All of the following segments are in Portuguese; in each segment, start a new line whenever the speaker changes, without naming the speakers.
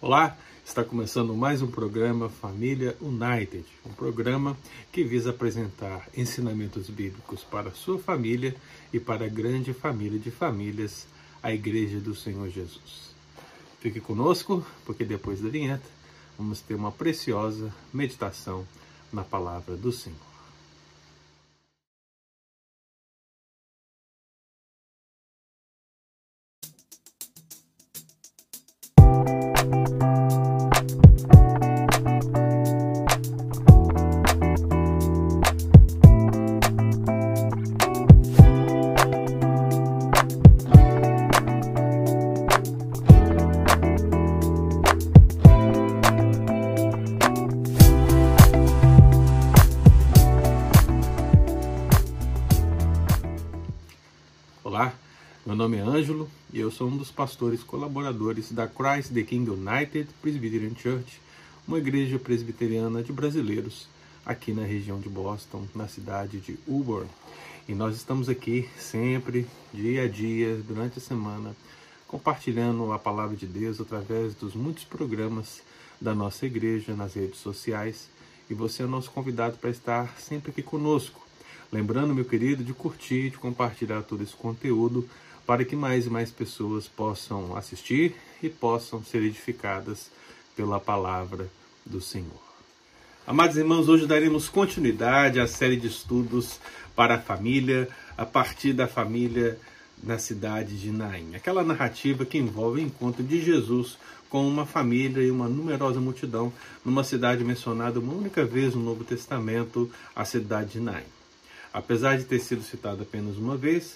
Olá, está começando mais um programa Família United, um programa que visa apresentar ensinamentos bíblicos para a sua família e para a grande família de famílias, a Igreja do Senhor Jesus. Fique conosco, porque depois da vinheta vamos ter uma preciosa meditação na palavra do Senhor. Olá, meu nome é Ângelo e eu sou um dos pastores colaboradores da Christ the King United Presbyterian Church, uma igreja presbiteriana de brasileiros aqui na região de Boston, na cidade de Auburn. E nós estamos aqui sempre, dia a dia, durante a semana, compartilhando a palavra de Deus através dos muitos programas da nossa igreja nas redes sociais. E você é o nosso convidado para estar sempre aqui conosco. Lembrando, meu querido, de curtir, de compartilhar todo esse conteúdo para que mais e mais pessoas possam assistir e possam ser edificadas pela palavra do Senhor. Amados irmãos, hoje daremos continuidade à série de estudos para a família, a partir da família na cidade de Naim. Aquela narrativa que envolve o encontro de Jesus com uma família e uma numerosa multidão numa cidade mencionada uma única vez no Novo Testamento, a cidade de Naim. Apesar de ter sido citado apenas uma vez,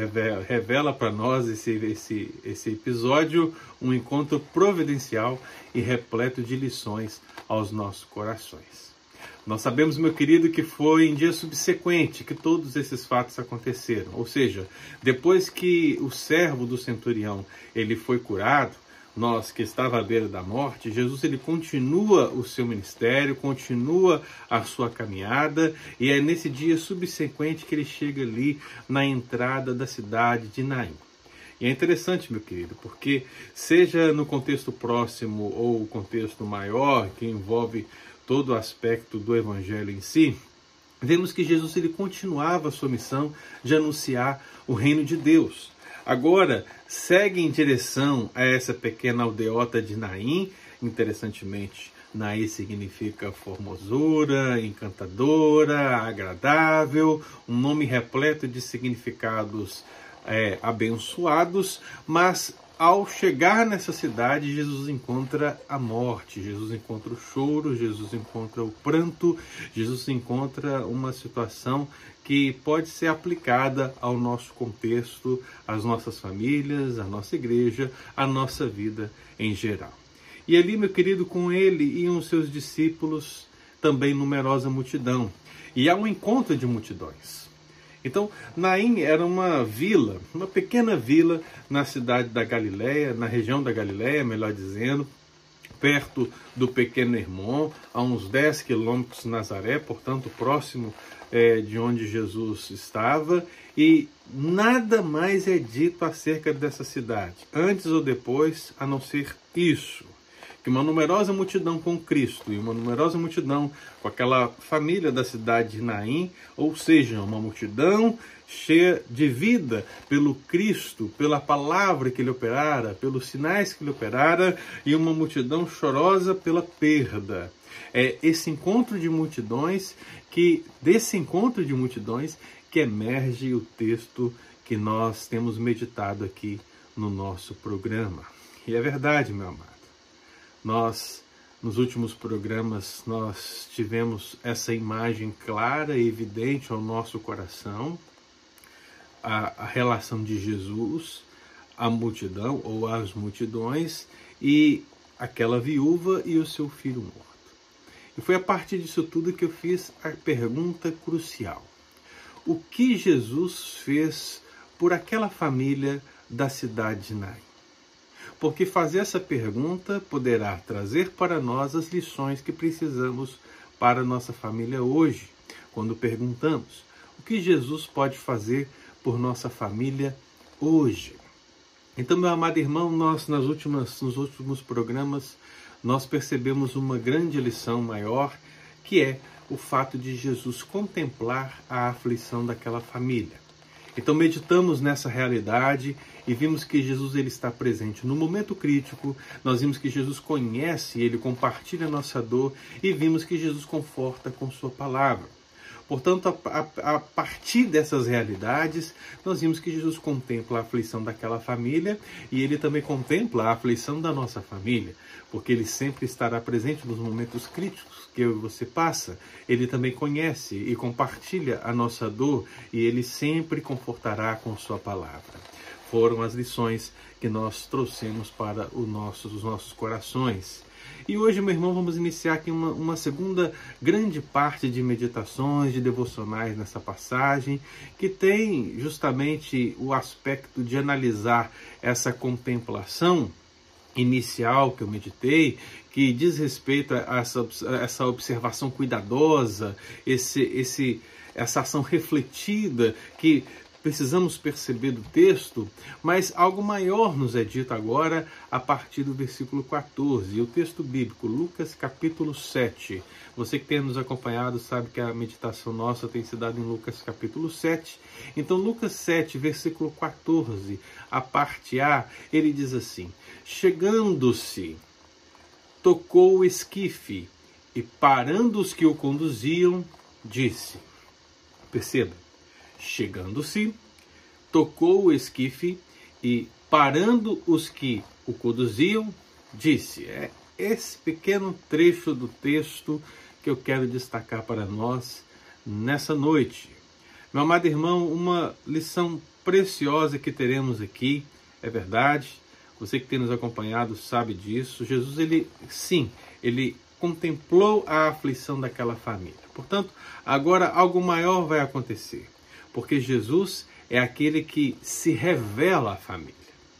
revela para nós esse episódio um encontro providencial e repleto de lições aos nossos corações. Nós sabemos, meu querido, que foi em dia subsequente que todos esses fatos aconteceram. Ou seja, depois que o servo do centurião ele foi curado, nós que estava à beira da morte, Jesus ele continua o seu ministério, continua a sua caminhada, e é nesse dia subsequente que ele chega ali na entrada da cidade de Naim. E é interessante, meu querido, porque seja no contexto próximo ou contexto maior, que envolve todo o aspecto do evangelho em si, vemos que Jesus ele continuava a sua missão de anunciar o reino de Deus. Agora, segue em direção a essa pequena aldeota de Naim. Interessantemente, Naim significa formosura, encantadora, agradável, um nome repleto de significados abençoados, mas ao chegar nessa cidade, Jesus encontra a morte, Jesus encontra o choro, Jesus encontra o pranto, Jesus encontra uma situação que pode ser aplicada ao nosso contexto, às nossas famílias, à nossa igreja, à nossa vida em geral. E ali, meu querido, com ele iam os seus discípulos, também numerosa multidão. E há um encontro de multidões. Então, Naim era uma vila, uma pequena vila na cidade da Galileia, na região da Galileia, melhor dizendo, perto do pequeno Hermon, a uns 10 quilômetros de Nazaré, portanto, próximo de onde Jesus estava, e nada mais é dito acerca dessa cidade, antes ou depois, a não ser isso, que uma numerosa multidão com Cristo e uma numerosa multidão com aquela família da cidade de Naim, ou seja, uma multidão cheia de vida pelo Cristo, pela palavra que ele operara, pelos sinais que ele operara, e uma multidão chorosa pela perda. É esse encontro de multidões desse encontro de multidões que emerge o texto que nós temos meditado aqui no nosso programa. E é verdade, meu amado. Nós, nos últimos programas, nós tivemos essa imagem clara e evidente ao nosso coração, a relação de Jesus, a multidão ou as multidões e aquela viúva e o seu filho morto. E foi a partir disso tudo que eu fiz a pergunta crucial. O que Jesus fez por aquela família da cidade de Naim? Porque fazer essa pergunta poderá trazer para nós as lições que precisamos para a nossa família hoje, quando perguntamos o que Jesus pode fazer por nossa família hoje. Então, meu amado irmão, nós nos últimos programas, nós percebemos uma grande lição maior, que é o fato de Jesus contemplar a aflição daquela família. Então meditamos nessa realidade e vimos que Jesus ele está presente no momento crítico, nós vimos que Jesus conhece, ele compartilha a nossa dor e vimos que Jesus conforta com sua palavra. Portanto, a partir dessas realidades, nós vimos que Jesus contempla a aflição daquela família e ele também contempla a aflição da nossa família, porque ele sempre estará presente nos momentos críticos que eu e você passa. Ele também conhece e compartilha a nossa dor e ele sempre confortará com sua palavra. Foram as lições que nós trouxemos para os nossos corações. E hoje, meu irmão, vamos iniciar aqui uma segunda grande parte de meditações, de devocionais nessa passagem, que tem justamente o aspecto de analisar essa contemplação inicial que eu meditei, que diz respeito a essa observação cuidadosa, essa ação refletida que precisamos perceber do texto, mas algo maior nos é dito agora a partir do versículo 14. E o texto bíblico, Lucas capítulo 7. Você que tem nos acompanhado sabe que a meditação nossa tem se dado em Lucas capítulo 7. Então Lucas 7, versículo 14, a parte A, ele diz assim: chegando-se, tocou o esquife e parando os que o conduziam, disse. Perceba. Chegando-se, tocou o esquife e, parando os que o conduziam, disse. É esse pequeno trecho do texto que eu quero destacar para nós nessa noite. Meu amado irmão, uma lição preciosa que teremos aqui, é verdade, você que tem nos acompanhado sabe disso. Jesus, ele contemplou a aflição daquela família. Portanto, agora algo maior vai acontecer. Porque Jesus é aquele que se revela à família.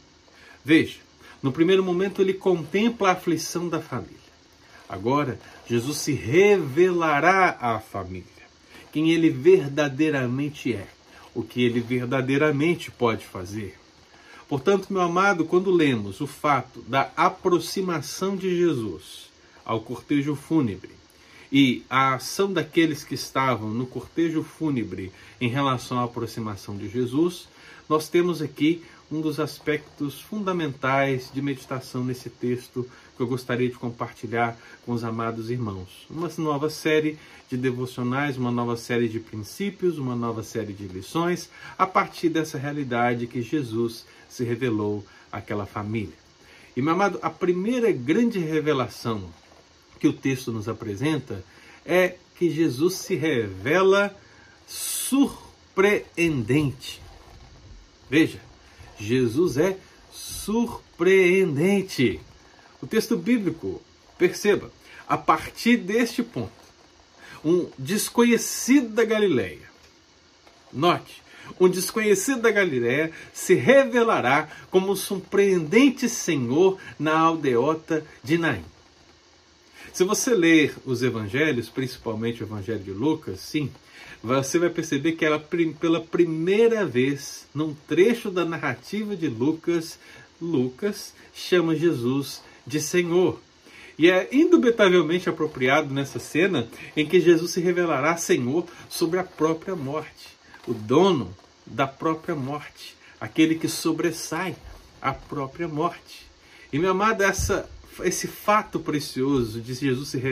Veja, no primeiro momento ele contempla a aflição da família. Agora, Jesus se revelará à família. Quem ele verdadeiramente é. O que ele verdadeiramente pode fazer. Portanto, meu amado, quando lemos o fato da aproximação de Jesus ao cortejo fúnebre, e a ação daqueles que estavam no cortejo fúnebre em relação à aproximação de Jesus, nós temos aqui um dos aspectos fundamentais de meditação nesse texto que eu gostaria de compartilhar com os amados irmãos. Uma nova série de devocionais, uma nova série de princípios, uma nova série de lições, a partir dessa realidade que Jesus se revelou àquela família. E, meu amado, a primeira grande revelação que o texto nos apresenta é que Jesus se revela surpreendente. Veja, Jesus é surpreendente. O texto bíblico, perceba, a partir deste ponto, um desconhecido da Galileia, note, um desconhecido da Galileia se revelará como um surpreendente Senhor na aldeota de Naim. Se você ler os evangelhos, principalmente o evangelho de Lucas, sim, você vai perceber que pela primeira vez, num trecho da narrativa de Lucas, Lucas chama Jesus de Senhor. E é indubitavelmente apropriado nessa cena em que Jesus se revelará Senhor sobre a própria morte, o dono da própria morte, aquele que sobressai a própria morte. E, meu amado, esse fato precioso de Jesus se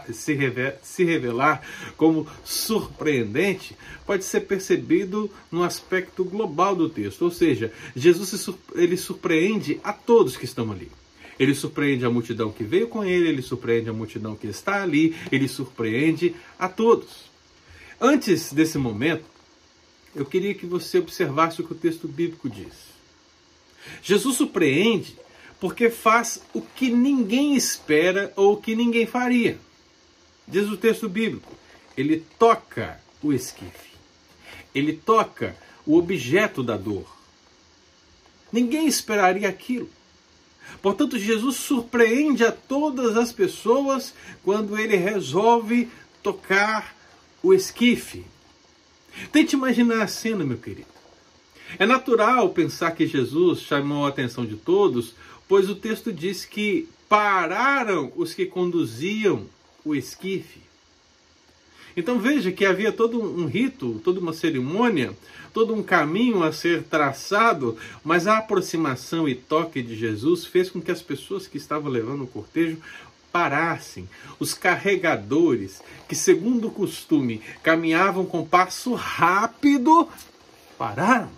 revelar como surpreendente pode ser percebido no aspecto global do texto. Ou seja, Jesus ele surpreende a todos que estão ali. Ele surpreende a multidão que veio com ele surpreende a multidão que está ali, ele surpreende a todos. Antes desse momento, eu queria que você observasse o que o texto bíblico diz. Jesus surpreende porque faz o que ninguém espera ou o que ninguém faria. Diz o texto bíblico, ele toca o esquife. Ele toca o objeto da dor. Ninguém esperaria aquilo. Portanto, Jesus surpreende a todas as pessoas quando ele resolve tocar o esquife. Tente imaginar a cena, meu querido. É natural pensar que Jesus chamou a atenção de todos, pois o texto diz que pararam os que conduziam o esquife. Então veja que havia todo um rito, toda uma cerimônia, todo um caminho a ser traçado, mas a aproximação e toque de Jesus fez com que as pessoas que estavam levando o cortejo parassem. Os carregadores, que segundo o costume caminhavam com passo rápido, pararam.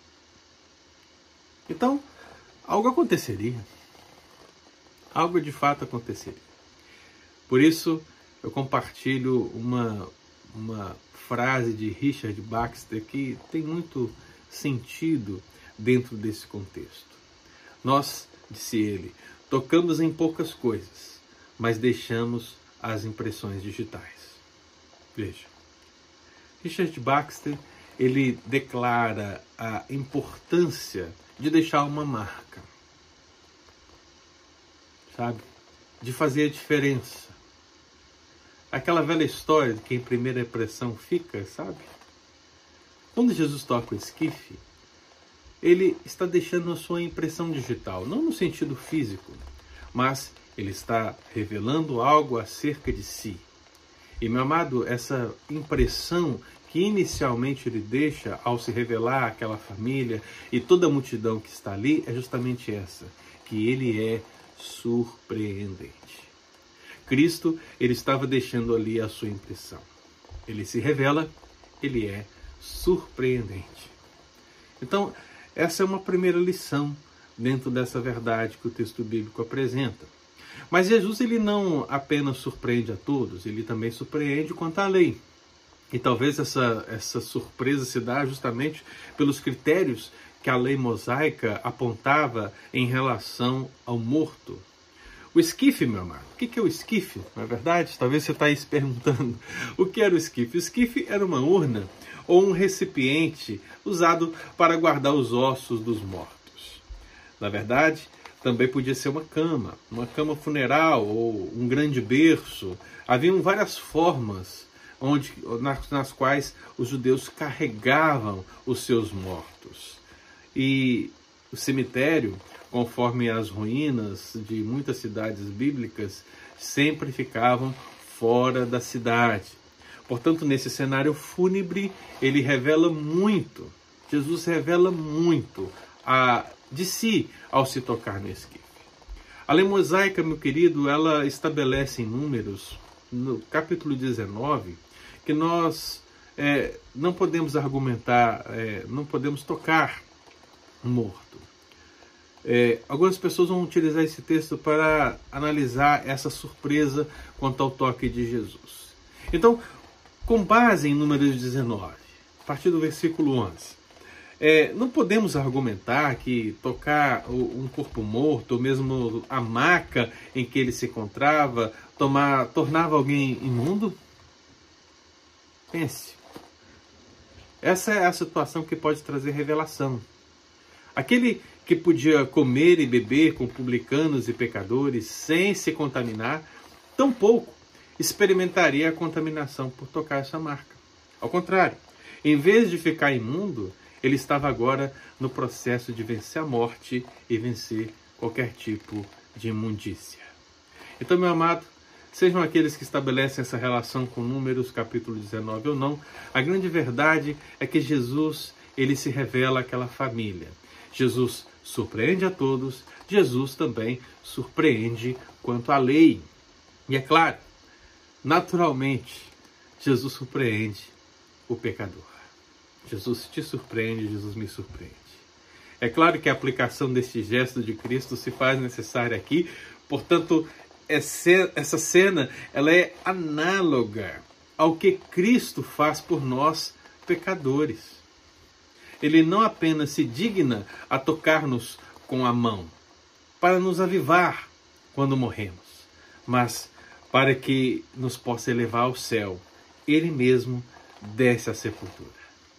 Então, algo aconteceria. Algo de fato aconteceria. Por isso, eu compartilho uma frase de Richard Baxter que tem muito sentido dentro desse contexto. Nós, disse ele, tocamos em poucas coisas, mas deixamos as impressões digitais. Veja, Richard Baxter, ele declara a importância de deixar uma marca, sabe? De fazer a diferença. Aquela velha história de que em primeira impressão fica, sabe? Quando Jesus toca o esquife, ele está deixando a sua impressão digital, não no sentido físico, mas ele está revelando algo acerca de si. E, meu amado, essa impressão que inicialmente ele deixa ao se revelar àquela família e toda a multidão que está ali é justamente essa, que ele é surpreendente. Cristo, ele estava deixando ali a sua impressão. Ele se revela, ele é surpreendente. Então, essa é uma primeira lição dentro dessa verdade que o texto bíblico apresenta. Mas Jesus, ele não apenas surpreende a todos, ele também surpreende quanto à lei. E talvez essa surpresa se dá justamente pelos critérios que a lei mosaica apontava em relação ao morto. O esquife, meu amado, o que é o esquife? Na verdade, talvez você está aí se perguntando o que era o esquife. O esquife era uma urna ou um recipiente usado para guardar os ossos dos mortos. Na verdade, também podia ser uma cama funeral ou um grande berço. Haviam várias formas nas quais os judeus carregavam os seus mortos. E o cemitério, conforme as ruínas de muitas cidades bíblicas, sempre ficavam fora da cidade. Portanto, nesse cenário fúnebre, ele revela muito, Jesus revela muito de si ao se tocar no esquife. A lei mosaica, meu querido, ela estabelece em Números, no capítulo 19, que nós não podemos argumentar, não podemos tocar morto. Algumas pessoas vão utilizar esse texto para analisar essa surpresa quanto ao toque de Jesus. Então, com base em Números 19, a partir do versículo 11, não podemos argumentar que tocar um corpo morto, ou mesmo a maca em que ele se encontrava, tornava alguém imundo? Pense. Essa é a situação que pode trazer revelação. Aquele que podia comer e beber com publicanos e pecadores sem se contaminar, tampouco experimentaria a contaminação por tocar essa marca. Ao contrário, em vez de ficar imundo, ele estava agora no processo de vencer a morte e vencer qualquer tipo de imundícia. Então, meu amado, sejam aqueles que estabelecem essa relação com Números, capítulo 19 ou não, a grande verdade é que Jesus, ele se revela àquela família. Jesus surpreende a todos, Jesus também surpreende quanto à lei. E é claro, naturalmente, Jesus surpreende o pecador. Jesus te surpreende, Jesus me surpreende. É claro que a aplicação deste gesto de Cristo se faz necessária aqui, portanto, essa cena ela é análoga ao que Cristo faz por nós, pecadores. Ele não apenas se digna a tocar-nos com a mão, para nos avivar quando morremos, mas para que nos possa elevar ao céu. Ele mesmo desce à sepultura.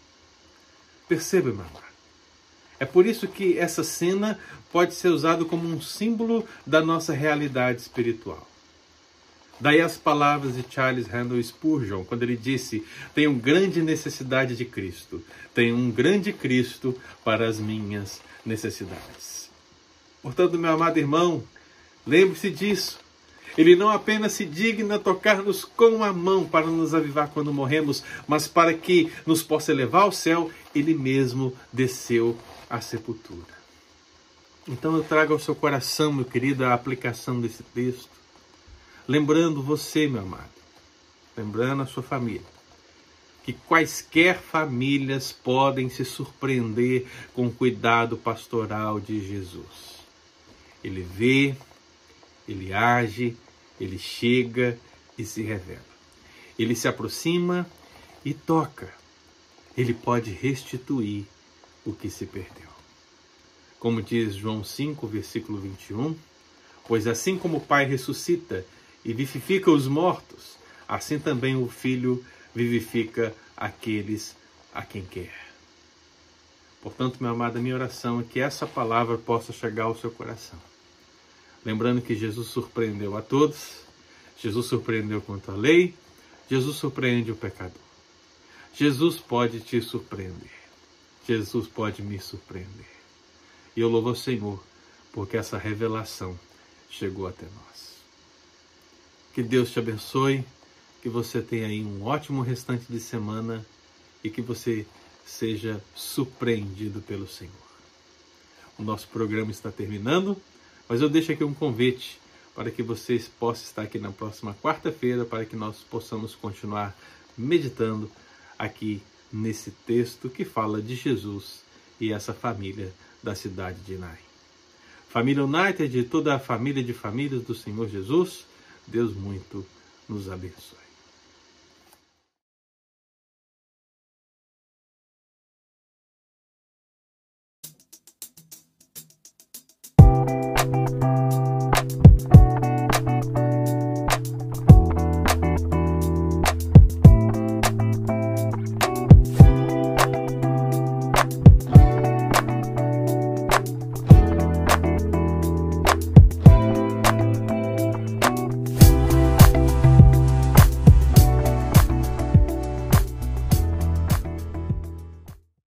Perceba, meu amado. É por isso que essa cena pode ser usada como um símbolo da nossa realidade espiritual. Daí as palavras de Charles Haddon Spurgeon, quando ele disse: tenho grande necessidade de Cristo, tenho um grande Cristo para as minhas necessidades. Portanto, meu amado irmão, lembre-se disso. Ele não apenas se digna tocar-nos com a mão para nos avivar quando morremos, mas para que nos possa levar ao céu, Ele mesmo desceu à sepultura. Então eu trago ao seu coração, meu querido, a aplicação desse texto, lembrando você, meu amado, lembrando a sua família, que quaisquer famílias podem se surpreender com o cuidado pastoral de Jesus. Ele vê, Ele age, Ele chega e se revela. Ele se aproxima e toca. Ele pode restituir o que se perdeu. Como diz João 5, versículo 21, pois assim como o Pai ressuscita e vivifica os mortos, assim também o Filho vivifica aqueles a quem quer. Portanto, meu amado, a minha oração é que essa palavra possa chegar ao seu coração. Lembrando que Jesus surpreendeu a todos, Jesus surpreendeu quanto à lei, Jesus surpreende o pecador. Jesus pode te surpreender, Jesus pode me surpreender. E eu louvo ao Senhor, porque essa revelação chegou até nós. Que Deus te abençoe, que você tenha aí um ótimo restante de semana e que você seja surpreendido pelo Senhor. O nosso programa está terminando, mas eu deixo aqui um convite para que vocês possam estar aqui na próxima quarta-feira, para que nós possamos continuar meditando aqui nesse texto que fala de Jesus e essa família da cidade de Naim. Família United e toda a família de famílias do Senhor Jesus, Deus muito nos abençoe.